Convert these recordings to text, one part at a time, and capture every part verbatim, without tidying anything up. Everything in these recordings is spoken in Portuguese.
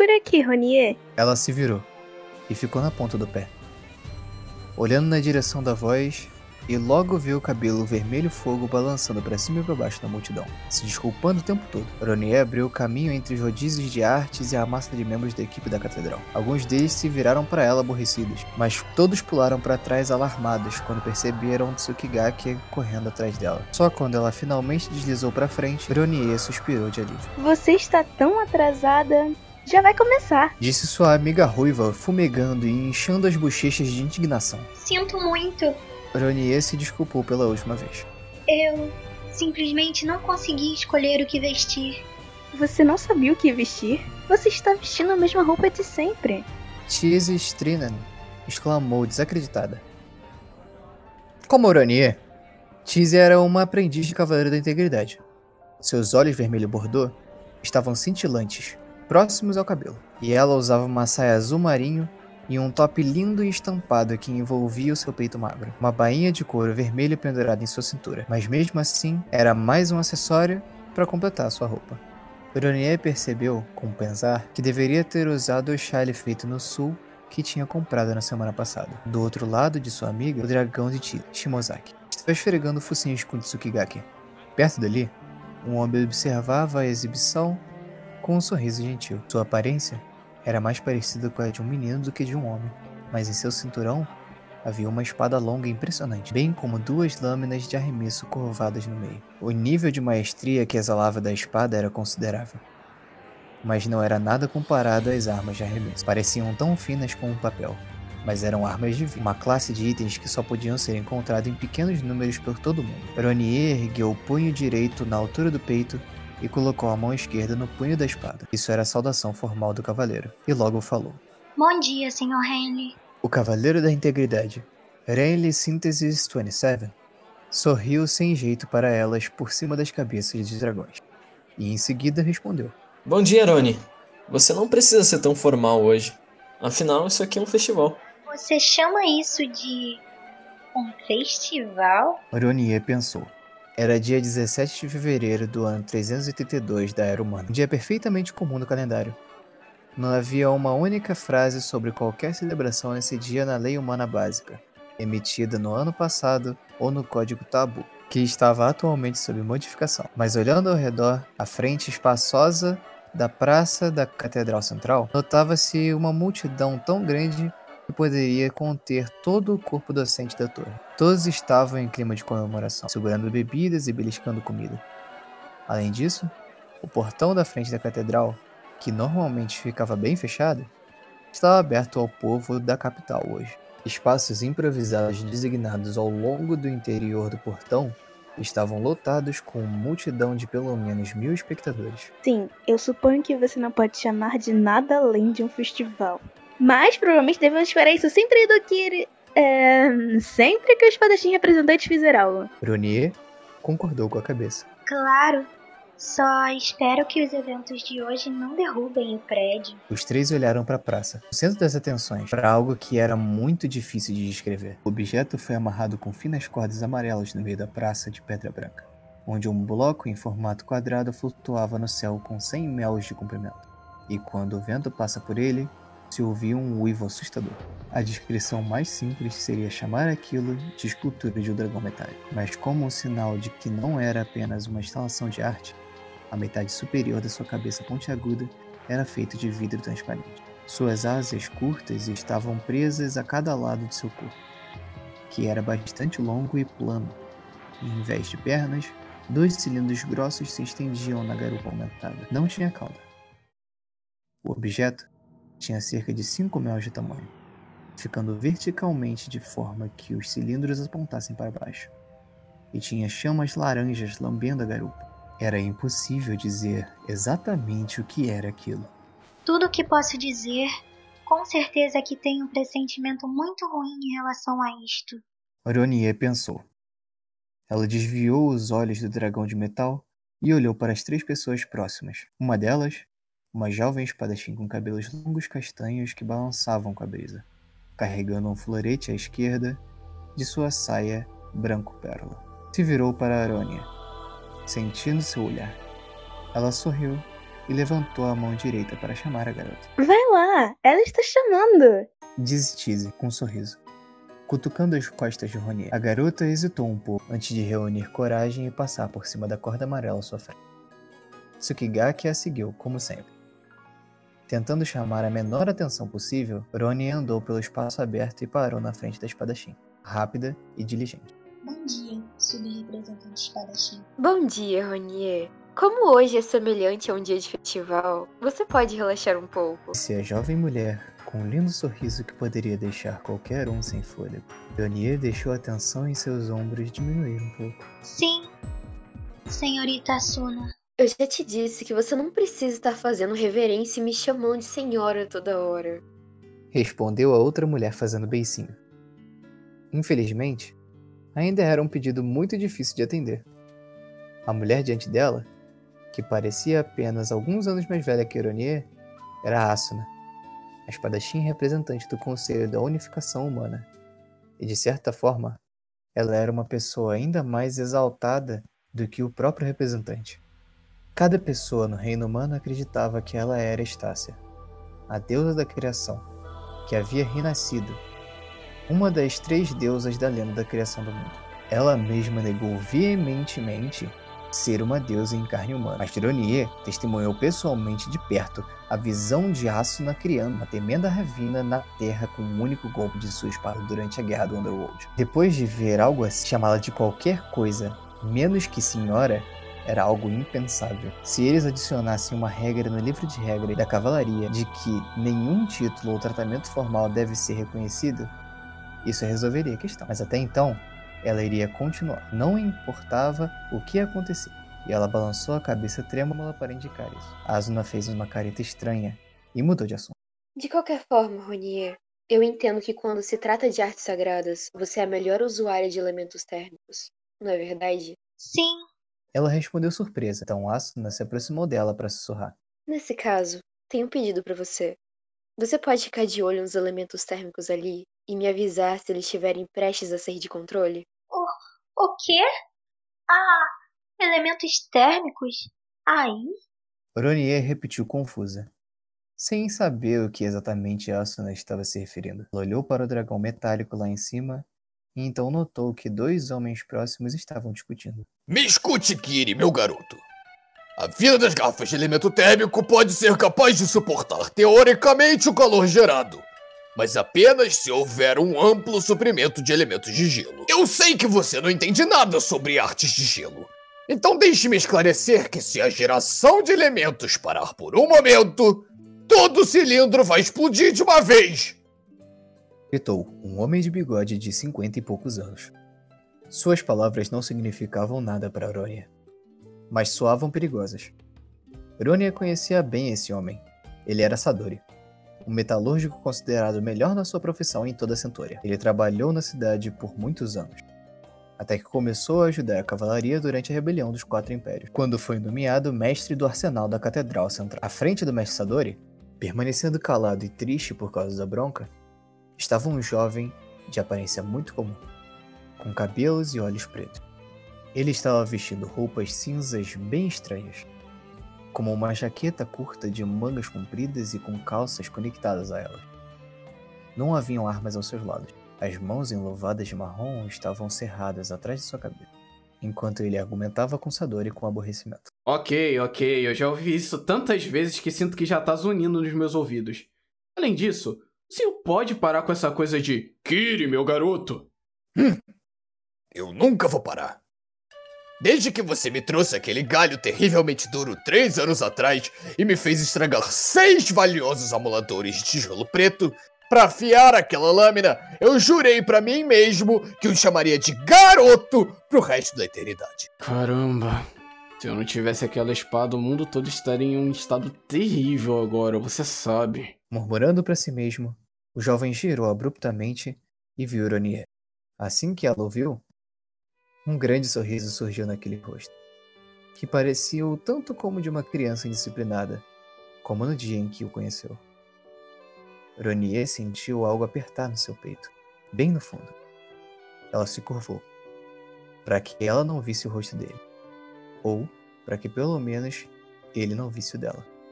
por aqui, Ronier? Ela se virou e ficou na ponta do pé, olhando na direção da voz, e logo viu o cabelo vermelho fogo balançando para cima e para baixo na multidão, se desculpando o tempo todo. Ronier abriu o caminho entre os rodízios de artes e a massa de membros da equipe da catedral. Alguns deles se viraram para ela aborrecidos, mas todos pularam para trás alarmados quando perceberam Tsukigaki correndo atrás dela. Só quando ela finalmente deslizou para frente, Ronier suspirou de alívio. Você está tão atrasada. Já vai começar, disse sua amiga ruiva, fumegando e inchando as bochechas de indignação. Sinto muito. Ronier se desculpou pela última vez. Eu simplesmente não consegui escolher o que vestir. Você não sabia o que vestir? Você está vestindo a mesma roupa de sempre. Tise Strinan exclamou desacreditada. Como Ronier, Tise era uma aprendiz de Cavaleiro da Integridade. Seus olhos vermelho bordô estavam cintilantes, próximos ao cabelo, e ela usava uma saia azul marinho e um top lindo e estampado que envolvia o seu peito magro. Uma bainha de couro vermelho pendurada em sua cintura, mas mesmo assim era mais um acessório para completar sua roupa. Ronier percebeu, com pesar, que deveria ter usado o chale feito no sul que tinha comprado na semana passada. Do outro lado de sua amiga, o dragão de Ti, Shimozaki, estava esfregando focinhos com Tsukigaki. Perto dali, um homem observava a exibição com um sorriso gentil. Sua aparência era mais parecida com a de um menino do que de um homem, mas em seu cinturão havia uma espada longa e impressionante, bem como duas lâminas de arremesso curvadas no meio. O nível de maestria que exalava da espada era considerável, mas não era nada comparado às armas de arremesso. Pareciam tão finas como um papel, mas eram armas de vida, uma classe de itens que só podiam ser encontrados em pequenos números por todo o mundo. Ronier ergueu o punho direito na altura do peito e colocou a mão esquerda no punho da espada. Isso era a saudação formal do cavaleiro, e logo falou. Bom dia, senhor Henley. O Cavaleiro da Integridade, Renly Synthesis vinte e sete, sorriu sem jeito para elas por cima das cabeças de dragões, e em seguida respondeu. Bom dia, Roni. Você não precisa ser tão formal hoje. Afinal, isso aqui é um festival. Você chama isso de um festival? Ronier pensou. Era dia dezessete de fevereiro do ano trezentos e oitenta e dois da Era Humana, um dia perfeitamente comum no calendário. Não havia uma única frase sobre qualquer celebração nesse dia na Lei Humana Básica, emitida no ano passado ou no Código Tabu, que estava atualmente sob modificação. Mas olhando ao redor, a frente espaçosa da praça da Catedral Central, notava-se uma multidão tão grande que poderia conter todo o corpo docente da torre. Todos estavam em clima de comemoração, segurando bebidas e beliscando comida. Além disso, o portão da frente da catedral, que normalmente ficava bem fechado, estava aberto ao povo da capital hoje. Espaços improvisados designados ao longo do interior do portão estavam lotados com multidão de pelo menos mil espectadores. Sim, eu suponho que você não pode chamar de nada além de um festival. Mas provavelmente devemos esperar isso sempre do que... É, sempre que o espadachim representante fizer algo. Ronier concordou com a cabeça. Claro. Só espero que os eventos de hoje não derrubem o prédio. Os três olharam para a praça, no centro das atenções, para algo que era muito difícil de descrever. O objeto foi amarrado com finas cordas amarelas no meio da praça de pedra branca, onde um bloco em formato quadrado flutuava no céu com cem mels de comprimento. E quando o vento passa por ele, se ouvia um uivo assustador. A descrição mais simples seria chamar aquilo de escultura de um dragão metálico, mas como um sinal de que não era apenas uma instalação de arte, a metade superior da sua cabeça pontiaguda era feita de vidro transparente. Suas asas curtas estavam presas a cada lado de seu corpo, que era bastante longo e plano, e em vez de pernas, dois cilindros grossos se estendiam na garupa aumentada. Não tinha cauda. O objeto tinha cerca de cinco mels de tamanho, ficando verticalmente de forma que os cilindros apontassem para baixo, e tinha chamas laranjas lambendo a garupa. Era impossível dizer exatamente o que era aquilo. Tudo o que posso dizer, com certeza é que tenho um pressentimento muito ruim em relação a isto. Ronier pensou. Ela desviou os olhos do dragão de metal e olhou para as três pessoas próximas. Uma delas, uma jovem espadachim com cabelos longos castanhos que balançavam com a brisa, carregando um florete à esquerda de sua saia branco-pérola. Se virou para Aronia, sentindo seu olhar. Ela sorriu e levantou a mão direita para chamar a garota. Vai lá, ela está chamando. Disse Tise com um sorriso, cutucando as costas de Ronier. A garota hesitou um pouco antes de reunir coragem e passar por cima da corda amarela à sua frente. Tsukigaki a seguiu, como sempre. Tentando chamar a menor atenção possível, Ronier andou pelo espaço aberto e parou na frente da espadachim, rápida e diligente. Bom dia, subrepresentante espadachim. Bom dia, Ronier. Como hoje é semelhante a um dia de festival, você pode relaxar um pouco. Disse a jovem mulher, com um lindo sorriso que poderia deixar qualquer um sem fôlego. Ronier deixou a tensão em seus ombros diminuir um pouco. Sim, senhorita Asuna. Eu já te disse que você não precisa estar fazendo reverência e me chamando de senhora toda hora. Respondeu a outra mulher fazendo beicinho. Infelizmente, ainda era um pedido muito difícil de atender. A mulher diante dela, que parecia apenas alguns anos mais velha que Ronier, era Asuna, a espadachim representante do Conselho da Unificação Humana. E de certa forma, ela era uma pessoa ainda mais exaltada do que o próprio representante. Cada pessoa no reino humano acreditava que ela era Estácia, a deusa da criação, que havia renascido, uma das três deusas da lenda da criação do mundo. Ela mesma negou veementemente ser uma deusa em carne humana, mas Ronier testemunhou pessoalmente de perto a visão de Asuna criando uma tremenda ravina na terra com um único golpe de sua espada durante a Guerra do Underworld. Depois de ver algo assim, chamá-la de qualquer coisa menos que senhora, era algo impensável. Se eles adicionassem uma regra no livro de regra da cavalaria de que nenhum título ou tratamento formal deve ser reconhecido, isso resolveria a questão. Mas até então, ela iria continuar. Não importava o que acontecia. E ela balançou a cabeça trêmula para indicar isso. Asuna fez uma careta estranha e mudou de assunto. De qualquer forma, Ronier, eu entendo que quando se trata de artes sagradas, você é a melhor usuária de elementos térmicos. Não é verdade? Sim. Ela respondeu surpresa, então Asuna se aproximou dela para sussurrar. Nesse caso, tenho um pedido para você. Você pode ficar de olho nos elementos térmicos ali e me avisar se eles estiverem prestes a sair de controle? O, o quê? Ah, elementos térmicos? Aí? Ronier repetiu confusa, sem saber o que exatamente Asuna estava se referindo. Ela olhou para o dragão metálico lá em cima e então notou que dois homens próximos estavam discutindo. Me escute, Kiri, meu garoto. A vida das garrafas de elemento térmico pode ser capaz de suportar teoricamente o calor gerado, mas apenas se houver um amplo suprimento de elementos de gelo. Eu sei que você não entende nada sobre artes de gelo, então deixe-me esclarecer que se a geração de elementos parar por um momento, todo o cilindro vai explodir de uma vez. Gritou um homem de bigode de cinquenta e poucos anos. Suas palavras não significavam nada para Ronier, mas soavam perigosas. Ronier conhecia bem esse homem. Ele era Sadori, um metalúrgico considerado o melhor na sua profissão em toda a Centúria. Ele trabalhou na cidade por muitos anos, até que começou a ajudar a cavalaria durante a rebelião dos Quatro Impérios, quando foi nomeado mestre do arsenal da Catedral Central. À frente do mestre Sadori, permanecendo calado e triste por causa da bronca, estava um jovem de aparência muito comum, com cabelos e olhos pretos. Ele estava vestindo roupas cinzas bem estranhas, como uma jaqueta curta de mangas compridas e com calças conectadas a elas. Não haviam armas aos seus lados. As mãos enluvadas de marrom estavam cerradas atrás de sua cabeça, enquanto ele argumentava com Sadori com aborrecimento. Ok, ok, eu já ouvi isso tantas vezes que sinto que já tá zunindo nos meus ouvidos. Além disso, o senhor pode parar com essa coisa de Kiri, meu garoto? Hum, eu nunca vou parar. Desde que você me trouxe aquele galho terrivelmente duro três anos atrás e me fez estragar seis valiosos amuladores de tijolo preto pra afiar aquela lâmina, eu jurei pra mim mesmo que o chamaria de garoto pro resto da eternidade. Caramba, se eu não tivesse aquela espada, o mundo todo estaria em um estado terrível agora, você sabe. Murmurando pra si mesmo, o jovem girou abruptamente e viu Ronier. Assim que ela o viu, um grande sorriso surgiu naquele rosto, que parecia o tanto como de uma criança indisciplinada, como no dia em que o conheceu. Ronier sentiu algo apertar no seu peito, bem no fundo. Ela se curvou, para que ela não visse o rosto dele, ou para que pelo menos ele não visse o dela.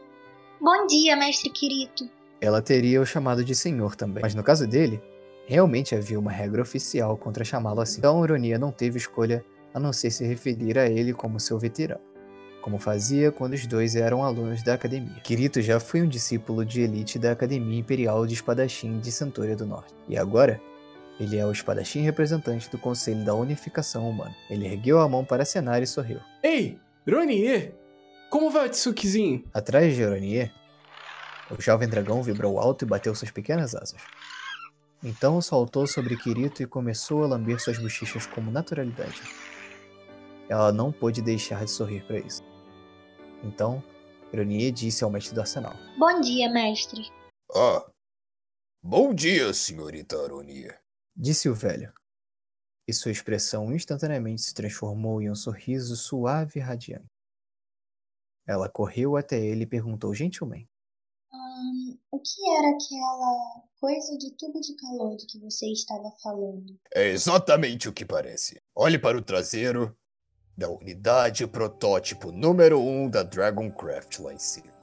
Bom dia, mestre Kirito. Ela teria o chamado de senhor também, mas no caso dele, realmente havia uma regra oficial contra chamá-lo assim. Então Ironia não teve escolha a não ser se referir a ele como seu veterano, como fazia quando os dois eram alunos da academia. Kirito já foi um discípulo de elite da Academia Imperial de Espadachim de Centúria do Norte, e agora ele é o espadachim representante do Conselho da Unificação Humana. Ele ergueu a mão para acenar e sorriu. Ei, Ironie! Como vai o Tsukizinho? Atrás de Ironie, o jovem dragão vibrou alto e bateu suas pequenas asas. Então saltou sobre Kirito e começou a lamber suas bochechas com naturalidade. Ela não pôde deixar de sorrir para isso. Então, Ironie disse ao mestre do arsenal. Bom dia, mestre. Ah, bom dia, senhorita Ironia. Disse o velho. E sua expressão instantaneamente se transformou em um sorriso suave e radiante. Ela correu até ele e perguntou gentilmente. Hum, o que era aquela coisa de tubo de calor de que você estava falando? É exatamente o que parece. Olhe para o traseiro da unidade protótipo número um da Dragoncraft lá em cima.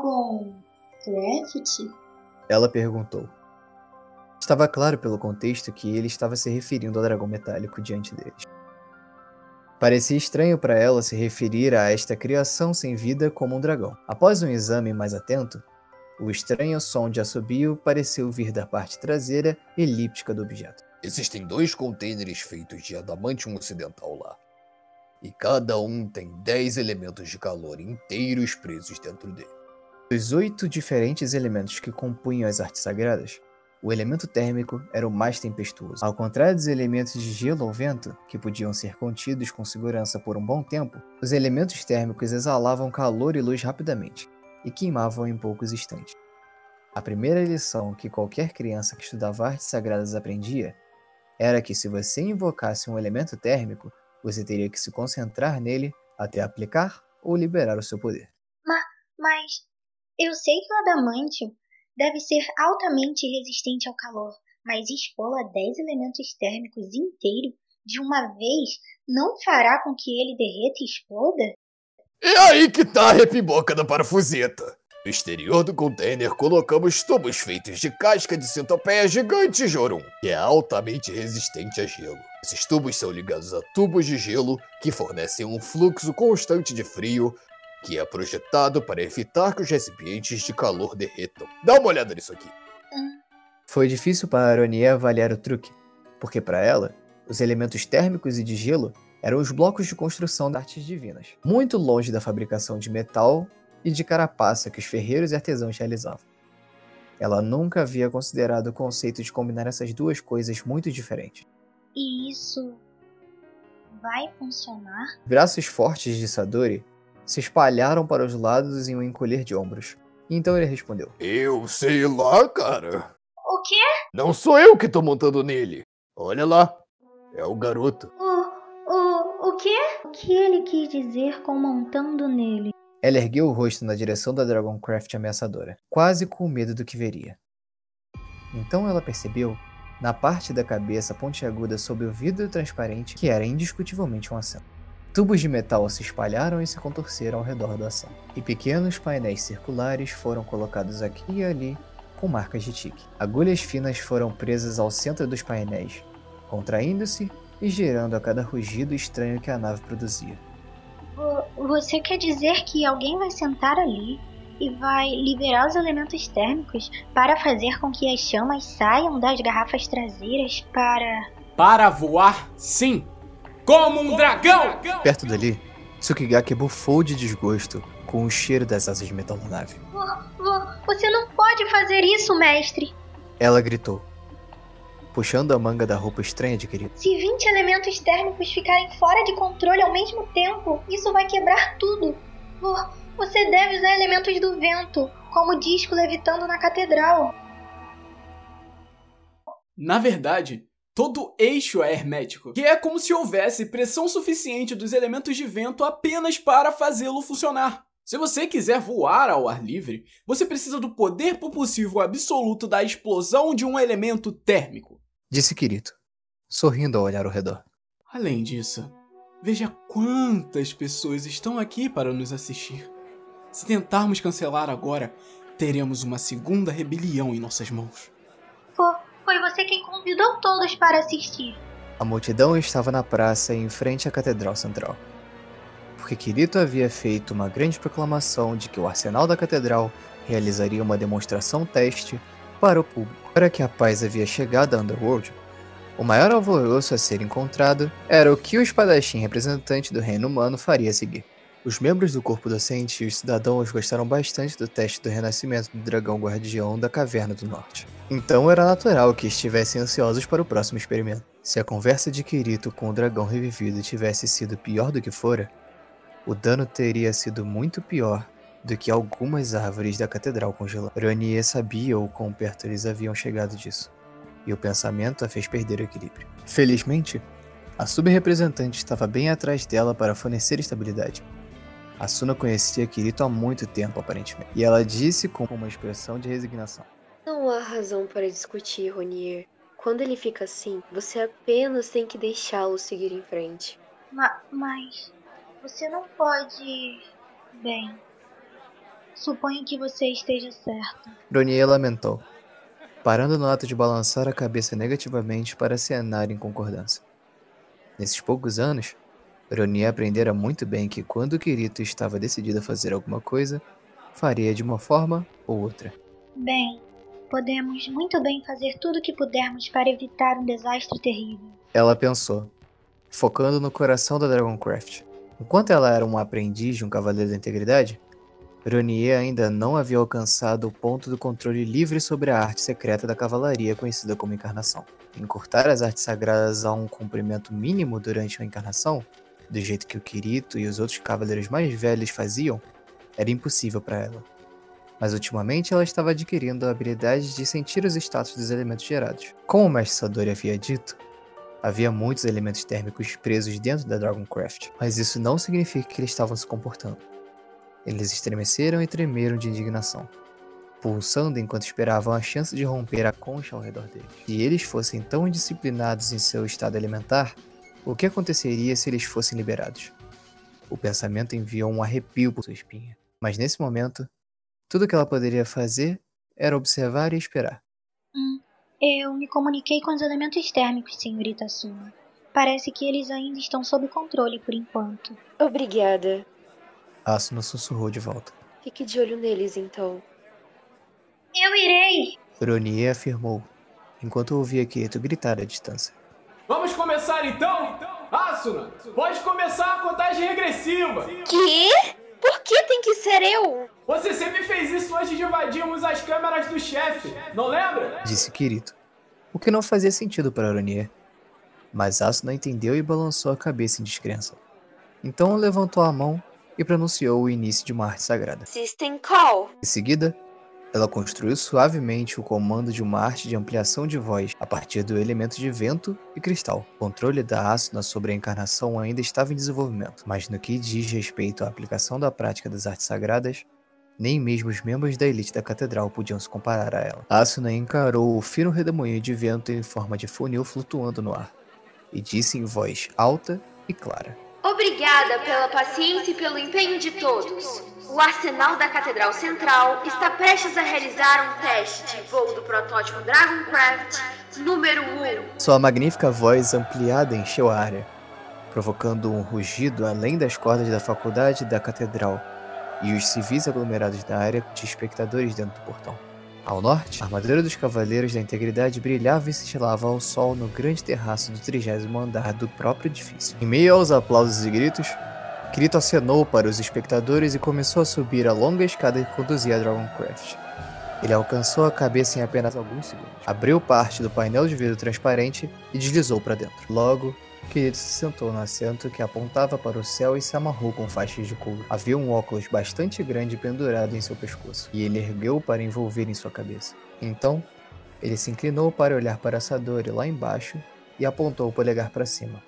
Dragoncraft? Ela perguntou. Estava claro pelo contexto que ele estava se referindo ao dragão metálico diante deles. Parecia estranho para ela se referir a esta criação sem vida como um dragão. Após um exame mais atento, o estranho som de assobio pareceu vir da parte traseira elíptica do objeto. Existem dois contêineres feitos de adamantium ocidental lá. E cada um tem dez elementos de calor inteiros presos dentro dele. Dos oito diferentes elementos que compunham as artes sagradas, o elemento térmico era o mais tempestuoso. Ao contrário dos elementos de gelo ou vento, que podiam ser contidos com segurança por um bom tempo, os elementos térmicos exalavam calor e luz rapidamente, e queimavam em poucos instantes. A primeira lição que qualquer criança que estudava artes sagradas aprendia era que se você invocasse um elemento térmico, você teria que se concentrar nele até aplicar ou liberar o seu poder. Ma mas eu sei que o adamantium deve ser altamente resistente ao calor, mas expô-lo a dez elementos térmicos inteiros de uma vez não fará com que ele derreta e exploda? É aí que tá a repiboca da parafuseta. No exterior do container colocamos tubos feitos de casca de centopeia gigante Jorum, que é altamente resistente a gelo. Esses tubos são ligados a tubos de gelo que fornecem um fluxo constante de frio, que é projetado para evitar que os recipientes de calor derretam. Dá uma olhada nisso aqui. Hum. Foi difícil para a Ironia avaliar o truque, porque para ela, os elementos térmicos e de gelo eram os blocos de construção das artes divinas, muito longe da fabricação de metal e de carapaça que os ferreiros e artesãos realizavam. Ela nunca havia considerado o conceito de combinar essas duas coisas muito diferentes. E isso vai funcionar? Braços fortes de Sadori se espalharam para os lados em um encolher de ombros. E então ele respondeu. Eu sei lá, cara. O quê? Não sou eu que tô montando nele. Olha lá. É o garoto. O... o... o quê? O que ele quis dizer com montando nele? Ela ergueu o rosto na direção da Dragoncraft ameaçadora, quase com medo do que veria. Então ela percebeu, na parte da cabeça pontiaguda sob o vidro transparente, que era indiscutivelmente um assento. Tubos de metal se espalharam e se contorceram ao redor do assento, e pequenos painéis circulares foram colocados aqui e ali com marcas de tique. Agulhas finas foram presas ao centro dos painéis, contraindo-se e girando a cada rugido estranho que a nave produzia. Você quer dizer que alguém vai sentar ali e vai liberar os elementos térmicos para fazer com que as chamas saiam das garrafas traseiras para... Para voar, sim! Como um dragão! Perto dali, Tsukigaki bufou de desgosto com o cheiro das asas de metal da nave. Você não pode fazer isso, mestre! Ela gritou, puxando a manga da roupa estranha de Kirito. Se vinte elementos térmicos ficarem fora de controle ao mesmo tempo, isso vai quebrar tudo. Você deve usar elementos do vento, como o disco levitando na catedral. Na verdade, todo eixo é hermético, que é como se houvesse pressão suficiente dos elementos de vento apenas para fazê-lo funcionar. Se você quiser voar ao ar livre, você precisa do poder propulsivo absoluto da explosão de um elemento térmico, disse Kirito, sorrindo ao olhar ao redor. Além disso, veja quantas pessoas estão aqui para nos assistir. Se tentarmos cancelar agora, teremos uma segunda rebelião em nossas mãos. Foi, foi você quem convidou todos para assistir. A multidão estava na praça em frente à Catedral Central, porque Kirito havia feito uma grande proclamação de que o arsenal da Catedral realizaria uma demonstração teste para o público. Para que a paz havia chegado à Underworld, o maior alvoroço a ser encontrado era o que o espadachim representante do reino humano faria a seguir. Os membros do corpo docente e os cidadãos gostaram bastante do teste do renascimento do dragão guardião da Caverna do Norte. Então era natural que estivessem ansiosos para o próximo experimento. Se a conversa de Kirito com o dragão revivido tivesse sido pior do que fora, o dano teria sido muito pior do que algumas árvores da catedral congeladas. Ronie sabia o quão perto eles haviam chegado disso, e o pensamento a fez perder o equilíbrio. Felizmente, a subrepresentante estava bem atrás dela para fornecer estabilidade. Asuna conhecia Kirito há muito tempo, aparentemente, e ela disse com uma expressão de resignação: Não há razão para discutir, Ronier. Quando ele fica assim, você apenas tem que deixá-lo seguir em frente. Ma mas você não pode... Bem, suponho que você esteja certa. Ronie lamentou, parando no ato de balançar a cabeça negativamente para acenar em concordância. Nesses poucos anos, Ronie aprendera muito bem que quando Kirito estava decidido a fazer alguma coisa, faria de uma forma ou outra. Bem, podemos muito bem fazer tudo o que pudermos para evitar um desastre terrível. Ela pensou, focando no coração da Dragoncraft. Enquanto ela era um aprendiz de um Cavaleiro da Integridade, Ronie ainda não havia alcançado o ponto do controle livre sobre a arte secreta da cavalaria conhecida como Encarnação. Encurtar as artes sagradas a um comprimento mínimo durante a Encarnação, do jeito que o Kirito e os outros cavaleiros mais velhos faziam, era impossível para ela. Mas ultimamente ela estava adquirindo a habilidade de sentir os status dos elementos gerados. Como o mestre Sadori havia dito, havia muitos elementos térmicos presos dentro da Dragoncraft, mas isso não significa que eles estavam se comportando. Eles estremeceram e tremeram de indignação, pulsando enquanto esperavam a chance de romper a concha ao redor deles. Se eles fossem tão indisciplinados em seu estado elementar, o que aconteceria se eles fossem liberados? O pensamento enviou um arrepio por sua espinha, mas nesse momento, tudo o que ela poderia fazer era observar e esperar. Hum, eu me comuniquei com os elementos térmicos, senhorita Asuna. Parece que eles ainda estão sob controle por enquanto. Obrigada. Asuna sussurrou de volta. Fique de olho neles, então. Eu irei! Ronie afirmou, enquanto ouvia Kirito gritar à distância. Vamos começar então? Asuna, pode começar a contagem regressiva. Quê? Por que tem que ser eu? Você sempre fez isso antes de invadirmos as câmeras do chefe, não lembra? Disse Kirito, o que não fazia sentido para Ronie. Mas Asuna entendeu e balançou a cabeça em descrença. Então levantou a mão e pronunciou o início de uma arte sagrada. System Call. Em seguida, ela construiu suavemente o comando de uma arte de ampliação de voz a partir do elemento de vento e cristal. O controle da Asuna sobre a encarnação ainda estava em desenvolvimento, mas no que diz respeito à aplicação da prática das artes sagradas, nem mesmo os membros da elite da catedral podiam se comparar a ela. Asuna encarou o fino redemoinho de vento em forma de funil flutuando no ar, e disse em voz alta e clara: Obrigada pela paciência e pelo empenho de todos. O arsenal da Catedral Central está prestes a realizar um teste de voo do protótipo Dragoncraft número um. Sua magnífica voz ampliada encheu a área, provocando um rugido além das cordas da faculdade da catedral e os civis aglomerados na área de espectadores dentro do portão. Ao norte, a armadura dos Cavaleiros da Integridade brilhava e cintilava ao sol no grande terraço do trigésimo andar do próprio edifício. Em meio aos aplausos e gritos, Kirito acenou para os espectadores e começou a subir a longa escada que conduzia a Dragoncraft. Ele alcançou a cabeça em apenas alguns segundos, abriu parte do painel de vidro transparente e deslizou para dentro. Logo, Kirito se sentou no assento que apontava para o céu e se amarrou com faixas de couro. Havia um óculos bastante grande pendurado em seu pescoço, e ele ergueu para envolver em sua cabeça. Então, ele se inclinou para olhar para Sadori lá embaixo e apontou o polegar para cima.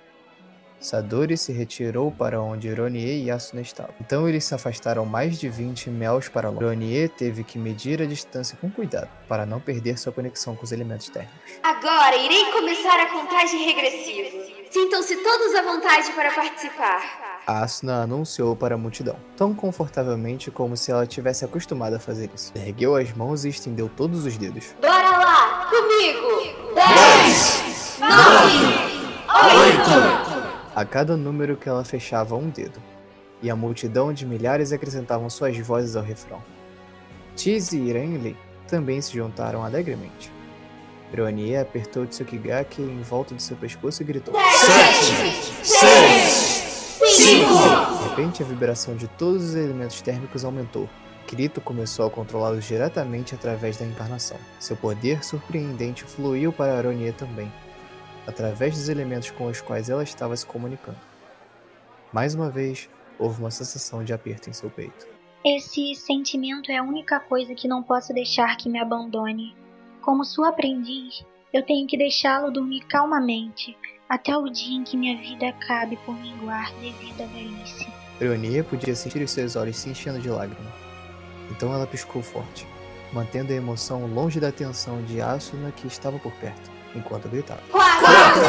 Sadori se retirou para onde Ronie e Asuna estavam. Então eles se afastaram mais de vinte meus para longe. Ronie teve que medir a distância com cuidado, para não perder sua conexão com os elementos térmicos. Agora irei começar a contagem regressiva. Sintam-se todos à vontade para participar. A Asuna anunciou para a multidão, tão confortavelmente como se ela tivesse acostumada a fazer isso. Ergueu as mãos e estendeu todos os dedos. Bora lá, comigo! Dez, nove, oito. A cada número que ela fechava um dedo, e a multidão de milhares acrescentavam suas vozes ao refrão. Cheese e Renly também se juntaram alegremente. Ironie apertou Tsukigaki em volta de seu pescoço e gritou: Sete, seis, cinco. De repente, a vibração de todos os elementos térmicos aumentou. Kirito começou a controlá-los diretamente através da encarnação. Seu poder surpreendente fluiu para Ironie também, através dos elementos com os quais ela estava se comunicando. Mais uma vez, houve uma sensação de aperto em seu peito. Esse sentimento é a única coisa que não posso deixar que me abandone. Como sua aprendiz, eu tenho que deixá-lo dormir calmamente, até o dia em que minha vida acabe por minguar devido à velhice. Ironie podia sentir os seus olhos se enchendo de lágrimas. Então ela piscou forte, mantendo a emoção longe da atenção de Asuna que estava por perto, enquanto gritava. Quatro,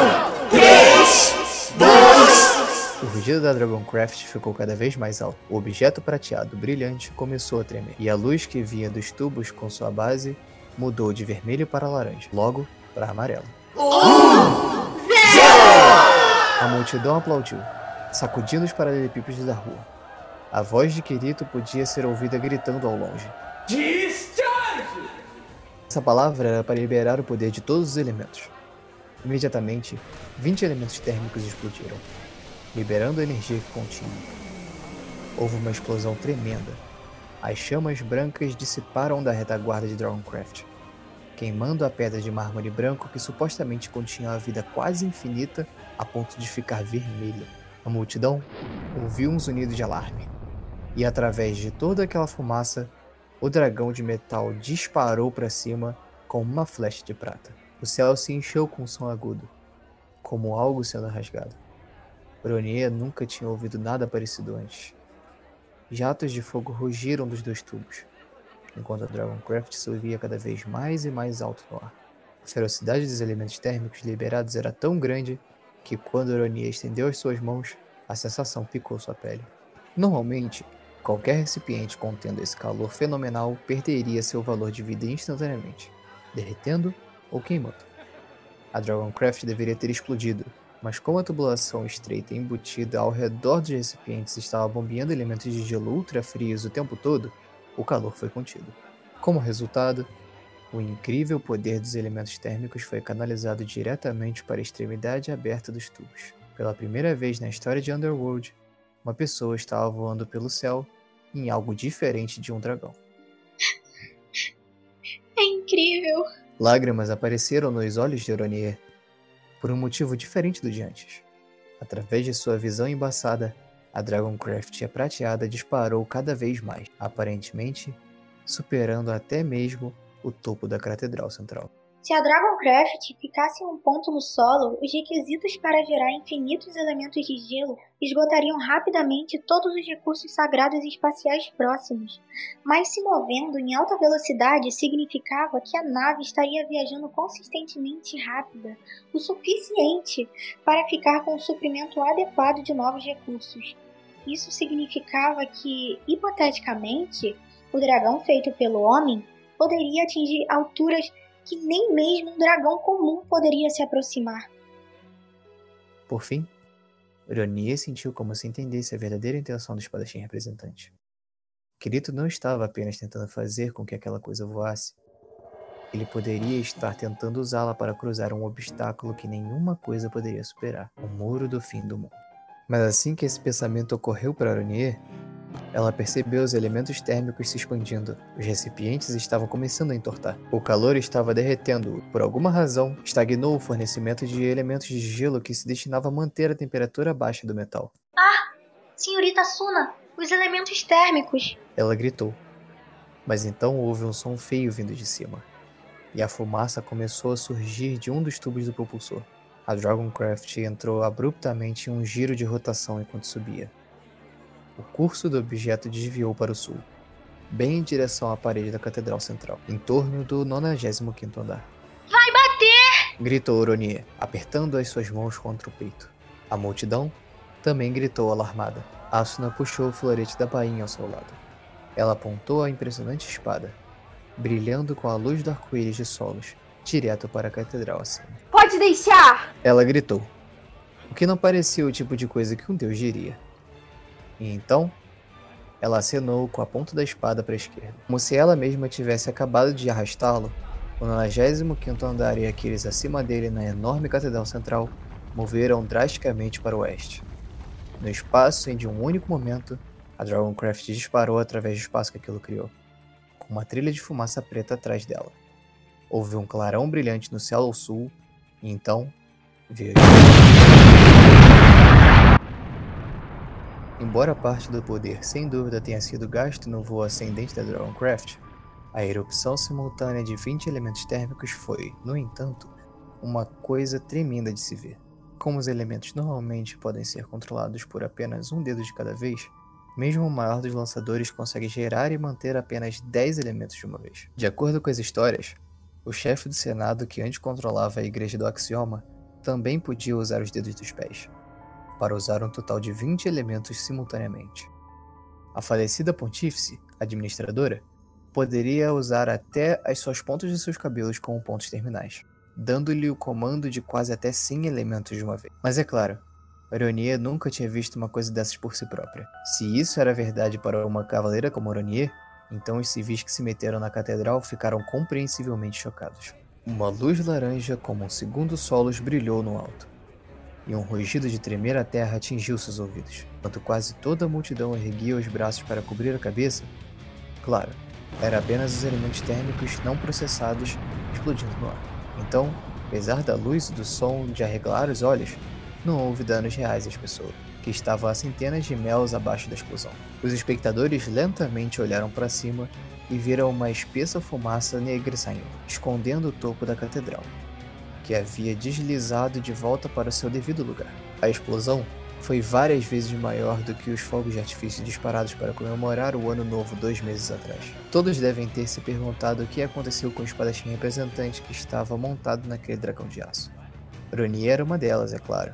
três, dois. O rugido da Dragoncraft ficou cada vez mais alto. O objeto prateado brilhante começou a tremer, e a luz que vinha dos tubos com sua base mudou de vermelho para laranja, logo para amarelo. Um, zero. A multidão aplaudiu, sacudindo os paralelepípedos da rua. A voz de Kirito podia ser ouvida gritando ao longe. Discharge! Essa palavra era para liberar o poder de todos os elementos. Imediatamente, vinte elementos térmicos explodiram, liberando a energia que continha. Houve uma explosão tremenda. As chamas brancas dissiparam da retaguarda de Dragoncraft, queimando a pedra de mármore branco que supostamente continha a vida quase infinita a ponto de ficar vermelha. A multidão ouviu um zunido de alarme, e através de toda aquela fumaça, o dragão de metal disparou para cima com uma flecha de prata. O céu se encheu com um som agudo, como algo sendo rasgado. Ironie nunca tinha ouvido nada parecido antes. Jatos de fogo rugiram dos dois tubos, enquanto a Dragoncraft subia cada vez mais e mais alto no ar. A ferocidade dos elementos térmicos liberados era tão grande que quando Ironie estendeu as suas mãos, a sensação picou sua pele. Normalmente, qualquer recipiente contendo esse calor fenomenal perderia seu valor de vida instantaneamente, derretendo ou queimando. A Dragoncraft deveria ter explodido, mas como a tubulação estreita embutida ao redor dos recipientes estava bombeando elementos de gelo ultra frios o tempo todo, o calor foi contido. Como resultado, o incrível poder dos elementos térmicos foi canalizado diretamente para a extremidade aberta dos tubos. Pela primeira vez na história de Underworld, uma pessoa estava voando pelo céu em algo diferente de um dragão. É incrível! Lágrimas apareceram nos olhos de Ironie, por um motivo diferente do de antes. Através de sua visão embaçada, a Dragoncraft prateada disparou cada vez mais, aparentemente superando até mesmo o topo da Catedral Central. Se a Dragoncraft ficasse em um ponto no solo, os requisitos para gerar infinitos elementos de gelo esgotariam rapidamente todos os recursos sagrados espaciais próximos. Mas se movendo em alta velocidade significava que a nave estaria viajando consistentemente rápida, o suficiente para ficar com um suprimento adequado de novos recursos. Isso significava que, hipoteticamente, o dragão feito pelo homem poderia atingir alturas que nem mesmo um dragão comum poderia se aproximar. Por fim, Ironie sentiu como se entendesse a verdadeira intenção do espadachim representante. Kirito não estava apenas tentando fazer com que aquela coisa voasse. Ele poderia estar tentando usá-la para cruzar um obstáculo que nenhuma coisa poderia superar, o muro do fim do mundo. Mas assim que esse pensamento ocorreu para Ironie, ela percebeu os elementos térmicos se expandindo. Os recipientes estavam começando a entortar. O calor estava derretendo. Por alguma razão, estagnou o fornecimento de elementos de gelo que se destinava a manter a temperatura baixa do metal. Ah! Senhorita Asuna! Os elementos térmicos! Ela gritou. Mas então houve um som feio vindo de cima. E a fumaça começou a surgir de um dos tubos do propulsor. A Dragoncraft entrou abruptamente em um giro de rotação enquanto subia. O curso do objeto desviou para o sul, bem em direção à parede da Catedral Central, em torno do nonagésimo quinto andar. Vai bater! Gritou Ironie, apertando as suas mãos contra o peito. A multidão também gritou alarmada. Asuna puxou o florete da bainha ao seu lado. Ela apontou a impressionante espada, brilhando com a luz do arco-íris de solos, direto para a catedral acima. Pode deixar! Ela gritou, o que não parecia o tipo de coisa que um deus diria. E então, ela acenou com a ponta da espada para a esquerda, como se ela mesma tivesse acabado de arrastá-lo. O nonagésimo quinto andar e aqueles acima dele na enorme catedral central moveram drasticamente para o oeste. No espaço, em de um único momento, a Dragoncraft disparou através do espaço que aquilo criou, com uma trilha de fumaça preta atrás dela. Houve um clarão brilhante no céu ao sul, e então veio. Embora parte do poder sem dúvida tenha sido gasto no voo ascendente da Dragoncraft, a erupção simultânea de vinte elementos térmicos foi, no entanto, uma coisa tremenda de se ver. Como os elementos normalmente podem ser controlados por apenas um dedo de cada vez, mesmo o maior dos lançadores consegue gerar e manter apenas dez elementos de uma vez. De acordo com as histórias, o chefe do Senado que antes controlava a Igreja do Axioma também podia usar os dedos dos pés, para usar um total de vinte elementos simultaneamente. A falecida pontífice, administradora, poderia usar até as suas pontas de seus cabelos como pontos terminais, dando-lhe o comando de quase até cem elementos de uma vez. Mas é claro, Ronier nunca tinha visto uma coisa dessas por si própria. Se isso era verdade para uma cavaleira como Ronier, então os civis que se meteram na catedral ficaram compreensivelmente chocados. Uma luz laranja como um segundo solos brilhou no alto, e um rugido de tremer a terra atingiu seus ouvidos, enquanto quase toda a multidão erguia os braços para cobrir a cabeça. Claro, era apenas os elementos térmicos não processados explodindo no ar. Então, apesar da luz e do som de arregalar os olhos, não houve danos reais às pessoas, que estavam a centenas de mels abaixo da explosão. Os espectadores lentamente olharam para cima e viram uma espessa fumaça negra saindo, escondendo o topo da catedral, que havia deslizado de volta para o seu devido lugar. A explosão foi várias vezes maior do que os fogos de artifício disparados para comemorar o Ano Novo dois meses atrás. Todos devem ter se perguntado o que aconteceu com o espadachim representante que estava montado naquele dragão de aço. Ronier era uma delas, é claro.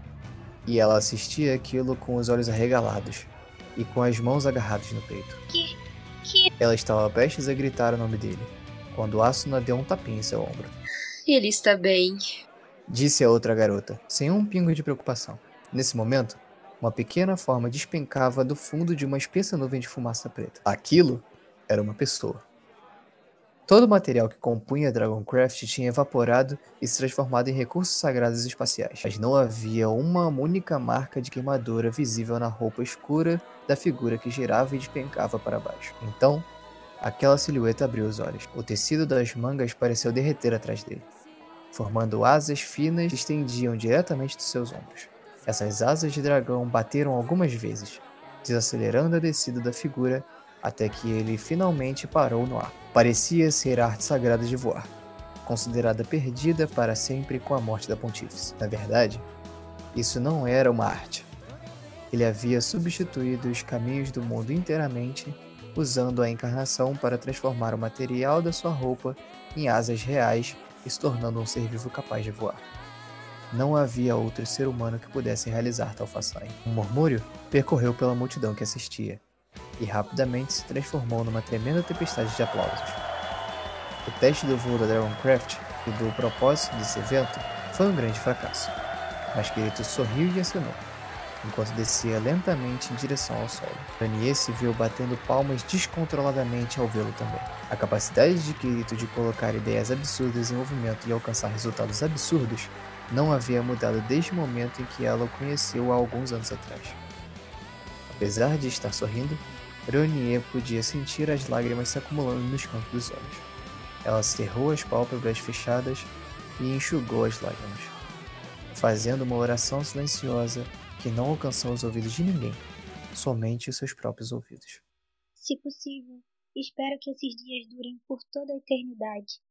E ela assistia aquilo com os olhos arregalados e com as mãos agarradas no peito. Que... que... Ela estava prestes a gritar o nome dele, quando Asuna deu um tapinha em seu ombro. Ele está bem, disse a outra garota, sem um pingo de preocupação. Nesse momento, uma pequena forma despencava do fundo de uma espessa nuvem de fumaça preta. Aquilo era uma pessoa. Todo o material que compunha a Dragoncraft tinha evaporado e se transformado em recursos sagrados espaciais, mas não havia uma única marca de queimadura visível na roupa escura da figura que girava e despencava para baixo. Então, aquela silhueta abriu os olhos. O tecido das mangas pareceu derreter atrás dele, formando asas finas que estendiam diretamente dos seus ombros. Essas asas de dragão bateram algumas vezes, desacelerando a descida da figura até que ele finalmente parou no ar. Parecia ser a arte sagrada de voar, considerada perdida para sempre com a morte da pontífice. Na verdade, isso não era uma arte. Ele havia substituído os caminhos do mundo inteiramente, usando a encarnação para transformar o material da sua roupa em asas reais e se tornando um ser vivo capaz de voar. Não havia outro ser humano que pudesse realizar tal façanha. Um murmúrio percorreu pela multidão que assistia, e rapidamente se transformou numa tremenda tempestade de aplausos. O teste do voo da Dragoncraft e do propósito desse evento foi um grande fracasso, mas Kirito sorriu e acenou, enquanto descia lentamente em direção ao solo. Ronier se viu batendo palmas descontroladamente ao vê-lo também. A capacidade de Kirito de colocar ideias absurdas em movimento e alcançar resultados absurdos não havia mudado desde o momento em que ela o conheceu há alguns anos atrás. Apesar de estar sorrindo, Ronier podia sentir as lágrimas se acumulando nos cantos dos olhos. Ela cerrou as pálpebras fechadas e enxugou as lágrimas, fazendo uma oração silenciosa que não alcançou os ouvidos de ninguém, somente os seus próprios ouvidos. Se possível, espero que esses dias durem por toda a eternidade.